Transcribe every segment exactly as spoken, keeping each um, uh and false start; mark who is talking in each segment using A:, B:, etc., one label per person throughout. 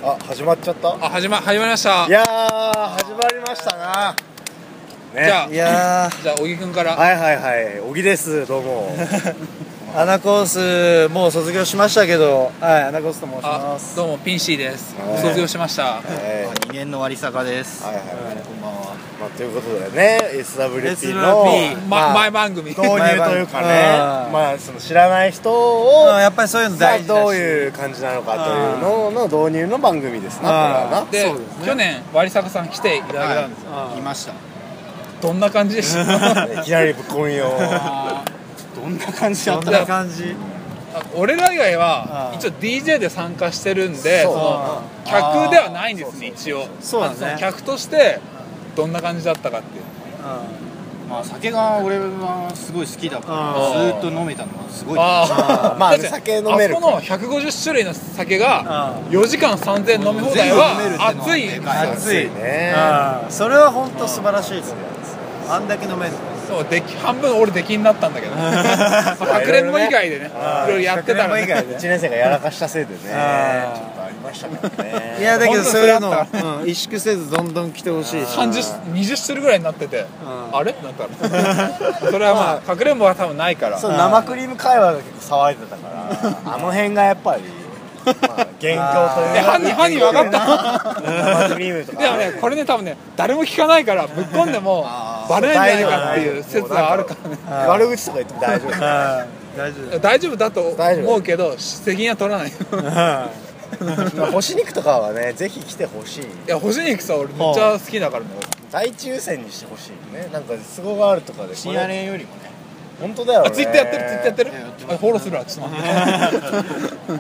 A: あ、始まっちゃった。
B: あ、始ま、始まりました。
A: いやー、始まりましたな。
B: ね、じゃあ、
C: いや
B: じゃあ、小木くんから。
A: はいはいはい、小木です。どうも。
C: アナコースもう卒業しましたけど、はい、アナコースと申します。
B: どうもピンシーです。卒業しました。
D: にねんの割坂です。
A: はいはいはい、
D: こんばんは。
A: まあということでね、エスダブリューピー の
B: 前番組
A: 導入というかね、まあその知らない人を
C: やっぱりそういうの大事だし、
A: どういう感じなのかというのの導入の番組ですな、これはな。
B: で、去年割坂さん来ていただけたんですよ。
D: いました。
B: どんな感じでした？
A: いきなりぶっこみよ。
D: どんな感じだった？
C: どんな感じ？
B: 俺ら以外は一応 ディージェー で参加してるんで、その客ではないんですね、一応。
C: そうだね。
B: 客としてどんな感じだったかっていう。
D: まあ酒が俺はすごい好きだからずっと飲めたのはすごい。
A: ああ、まあ酒飲める。
B: あそこのひゃくごじゅっしゅるいの酒がよじかんさんぜん飲み放題は熱い。
A: 熱いね。
C: それは本当素晴らしいですよ。あんだけ飲める。
B: そう、でき半分俺出禁になったんだけど、かくれんぼ以外でね、いろいろやってたら、ね、
A: いちねん生がやらかしたせいでね、ちょっとありましたからね。
C: いやだけどそういうの萎縮せずどんどん来てほしいし、
B: さんじゅう、にじゅっしゅるいぐらいになってて、あれなったらそれはまあかくれんぼは多分ないから。
A: そう生クリーム会話が結構騒いでたから、あの辺がやっぱりまあ元凶というか、
B: 犯人犯人分かった
A: 生クリームとか。
B: でもね、これね多分ね誰も聞かないからぶっ込んでもバレないんじゃないかっていう説があるからね。
A: 悪口とか言っても大丈夫。
C: 大丈夫
B: 大丈夫だと思うけど責任は取らないよ。
A: 干し肉とかはねぜひ来てほしい。い
B: や干し肉さ俺めっちゃ好きだからね。
A: 大抽選にしてほしいね。なんか都合があるとかで
D: 深夜練よりもね。
A: 本当だよね。
B: ツイッターやってるツイッターやってる。フォローするわちょっと待って。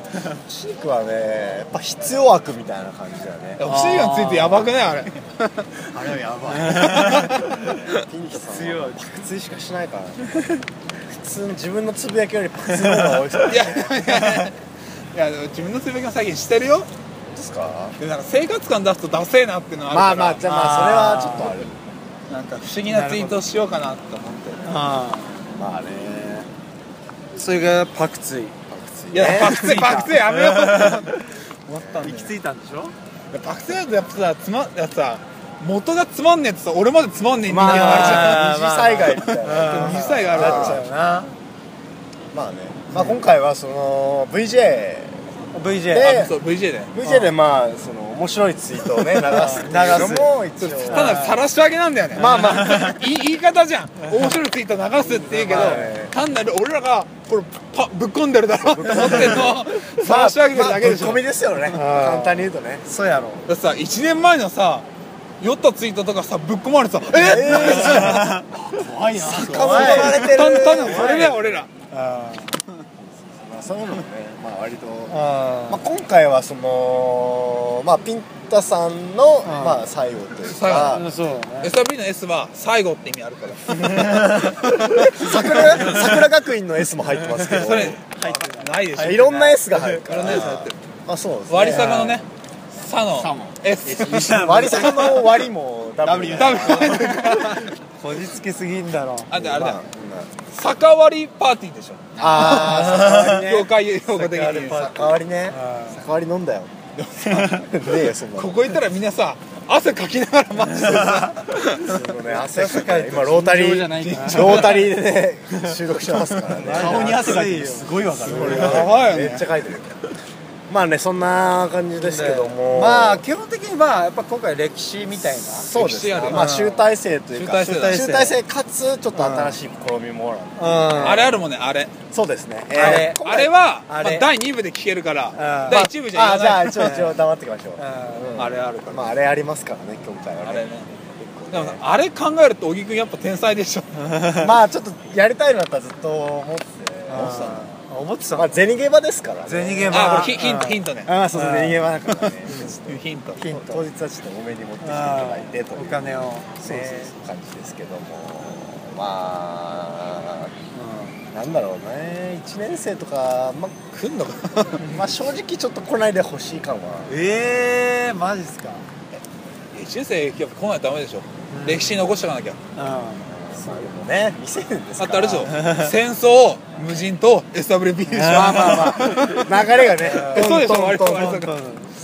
A: 干し肉はねやっぱ必要悪みたいな感じだよね。
B: 干し肉についてやばくないあれ。
D: あれはやばい。
A: ピントさんはパクツイしかしないからね。普通の自分のつぶやきよりパクツイの方が多いですよ。
B: いやいやいや自分のつぶやきも最近してるよ。
A: ですか。
B: でなんか生活感出すとダセえなっていうのはあるから。
A: まあまあじゃあまあそれはちょっとある。
B: なんか不思議なツイートをしようかなって思って。
C: あ
A: まあね。
C: それがパクツイ。
B: いやパクツイパクツイやめよう。
C: 行き着いたんでしょ。
B: パクツイだとやっぱさつまやつさ元がつまんねえってさ俺までつまんねえ人間があるじゃん。
A: 二次災害みたいな。
B: 二次災害ある
A: なっちゃうな。まあね。まあ今回はその ブイジェー。
C: ブイジェー
B: で、そう ブイジェー で
A: ブイジェー でまあその面白いツイートをね流すっていうのも一応
B: ただ晒し上げなんだよね。
A: まあまあ
B: 言い言い方じゃん。面白いツイート流すって言うけど単なる俺らがこれパぶっ込んでるだろって思ってんのを晒し上げてるだけでしょ。
A: ぶっ込みですよね簡単に言うとね。
C: そうやろ。
B: だってさいちねんまえのさ酔ったツイートとかさぶっ込まれてさえっ
D: 怖いな。
A: 遡られてる。
B: 単単なるそれだよ俺ら。
A: そういうのもね、まあ割と、まあ今回はそのまあピンタさんのまあ最後というか、
C: そうね。
B: エスダブリュー の S は最後って意味あるから。
A: 桜桜学院の S も入ってますけど、
B: それ入ってないでしょ。
A: いろんな S が入るから。
B: いろんな S 入ってる。
A: まあそうですね。
B: 割り坂のね、サの S。
A: 割り坂の割も W。
C: こじつけすぎんだろ。
B: あれあれだ。酒割りパーティーでしょ。
A: ああ、
B: 業界用語的に。
A: 酒割りね。酒割り飲んだよ。ねえよそんな。
B: ここ行ったらみんなさ汗かきながらマジでさ。
A: そうね汗かいて今ロータリーロータリーでね収録してますからね。
D: 顔に汗かいてるすごいわかる。
B: やばいよね。
A: めっちゃかいてる。まあねそんな感じですけども、
C: まあ基本的にまあやっぱ今回歴史みたいな。
A: そうですね。まあ集大成というか集大成かつちょっと新しい試みも
B: あれあるもんねあれ。
A: そうですね。
C: あれ
B: あれはだいにぶで聞けるからだいいちぶじゃ
A: あじゃあ一応一応黙ってきましょう。
B: あれあるから。
A: まああれありますからね今回はね。
B: あれね。でもあれ考えると小木君やっぱ天才でしょ。
A: まあちょっとやりたいなとはずっと思って
C: 思ってた。思ってた。
A: まあ銭ゲバですからね。
C: 銭ゲバ。
B: あこれヒントヒントね。
A: あそうそう銭ゲバだからね。
B: ヒント。
A: ヒント。当日はちょっと多めに持ってきていただいてという
C: お金を
A: そうそう感じですけども、まあなんだろうねいちねん生とかまあ
B: 来んのかな。
A: まあ正直ちょっと来ないでほしい感は。
C: ええマジっすか。
B: いちねん生やっぱ来ないとダメでしょ。歴史に残しておかなきゃ。
A: そういうのね未成年ですから。
B: あとあれでしょ戦争無人と エスダブリューピー でしょ。
A: まあまあまあ流れがね
B: そうでしょ
A: トントントン
B: 割と
A: トン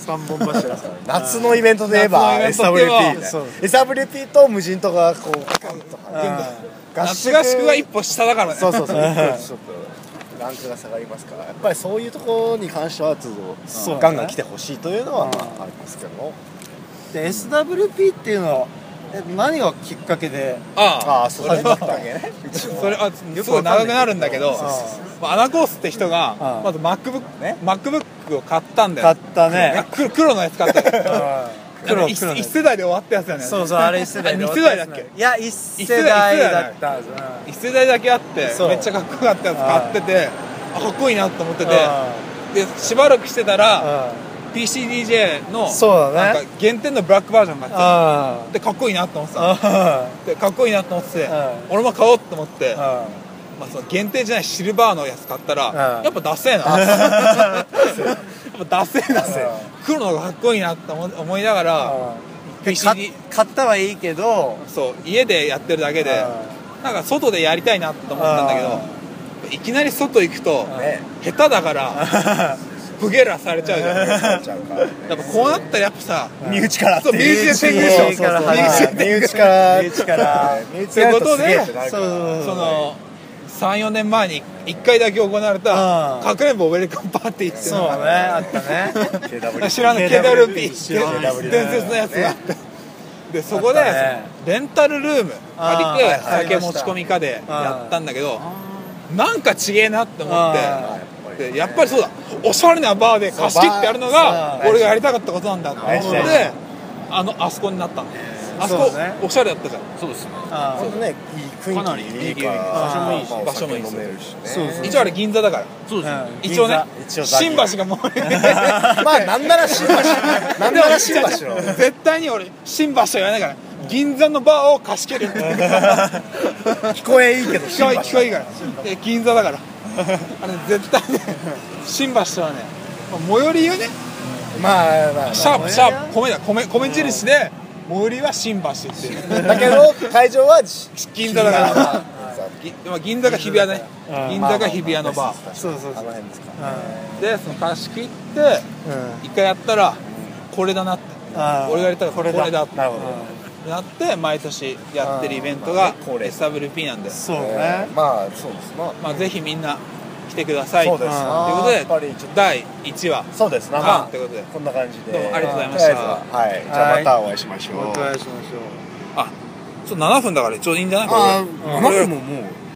C: 三本柱
A: 夏のイベントで言えば エスダブリューピー
C: そう
A: ね エスダブリューピー と無人島がこうガンと
B: 夏合宿が一歩下だからね。
A: そうそうそうちょっとランクが下がりますからやっぱりそういうところに関してはちょっとガンガン来てほしいというのはまあありますけど。
C: で エスダブリューピー っていうのはえ何がきっかけで
B: ああ
A: ああそれだったっけね
B: それあすごい長くなるんだけど、まあアナコースって人が
C: ああ
B: まず MacBook
A: ね
B: MacBook を買ったんだよ。
C: 買ったね
B: 黒黒のやつ買ったよ。
C: 黒
B: 一
C: 黒の
B: 一世代で終わったやつだよね。
C: そうそうあれ一世代で
B: あ二世代だっけ
C: いや一世代だったはず
B: 一世代だけあって
C: そう
B: めっちゃかっこよかったやつ買っててあかっこいいなと思ってて
C: あ
B: でしばらくしてたら
C: あ
B: ピーシーディージェー の
C: そうだね
B: なんか限定のブラックバージョンがあって
C: あ
B: でかっこいいなと思ってた
C: あ
B: でかっこいいなと思ってて
C: あ
B: 俺も買おうと思って
C: あ
B: まあその限定じゃないシルバーのやつ買ったら
C: うん
B: やっぱダセえなやっぱダセえな
C: うん
B: 黒の方がかっこいいなって思思いながら ピーシーディー
C: 買ったはいいけど
B: そう家でやってるだけでなんか外でやりたいなって思ったんだけどいきなり外行くと
A: ね
B: 下手だからブゲラされちゃうじゃんやっ
A: ちゃうからね
B: ぱこうなったらやっぱさ
A: 身内から
B: そう身内で天狗でしょ
C: 身内から
A: 身内身内から
C: 身内から
A: 身内からやるとすげえってなるから
C: そうそう
B: そのさんよねんまえにいっかいだけ行われた
C: うん
B: かくれんぼウェルカムパーティーっていう
C: そう
B: のが
C: ねあったね
A: ケーダブリュー
B: 知らない ケーダブリューピ
C: 知らない
B: ー伝説のやつがあってでそこで
C: あったね
B: レンタルルーム借りて
C: あーはい
B: 酒持ち込みかでやったんだけどなんかちげえなって思って
C: あ
B: でやっぱりそうだおしゃれなバーで貸し切ってやるのが
C: そう
B: 俺がやりたかったことなんだと思っ
A: 大事大
B: てあのあそこになったのあそこ
C: そうね
B: おしゃれだったじゃん
D: そうですね
C: あ
A: それねいい雰囲気
D: かなり
A: いいから
C: 場所もいいし
A: まあ
B: 場所もいいし
A: お酒飲めるしね
C: そうそう
B: 一応あれ銀座だから
D: そうですね
B: 一応ね
A: 一応
B: 新橋がもう
A: まあなんなら新橋なんなら新橋の
B: 絶対に俺新橋は言わないから銀座のバーを貸し切る
A: 聞こえいいけど
B: 聞こえ聞こえいいからで銀座だからあれ絶対ね新橋はねまあ最寄りよね
A: まあまあ
B: シャープシャープ米だ米米印で最寄りは新橋っていう
A: だけど会場は
B: 銀座だから
A: 銀
B: ぎまあ銀座が日比谷ね
C: うん
B: 銀座が日比谷のバー
C: そうそうそう
A: あの辺ですか
B: でその貸し切って
C: うん
B: 一回やったらこれだなって
C: あー
B: 俺がやりたかったこれだって
A: なるほど
B: なって毎年やってるイベントが
A: うん
B: エスダブリューピー なんで
C: そう
A: え
C: ね
A: ーまあそうですな
B: まあぜひみんな来てください
A: そうですな
B: ということで
A: やっぱりちょっと
B: だいいちわ
A: そうですな
B: あ
A: まあ
B: ということで
A: こんな感じで
B: どうもありがとうございました
A: とりあえずははいじゃあまたお会いしましょう
C: お願いしましょう
B: あちょっとななふんだからちょうどいいんじゃないこれ
A: あーななふんももう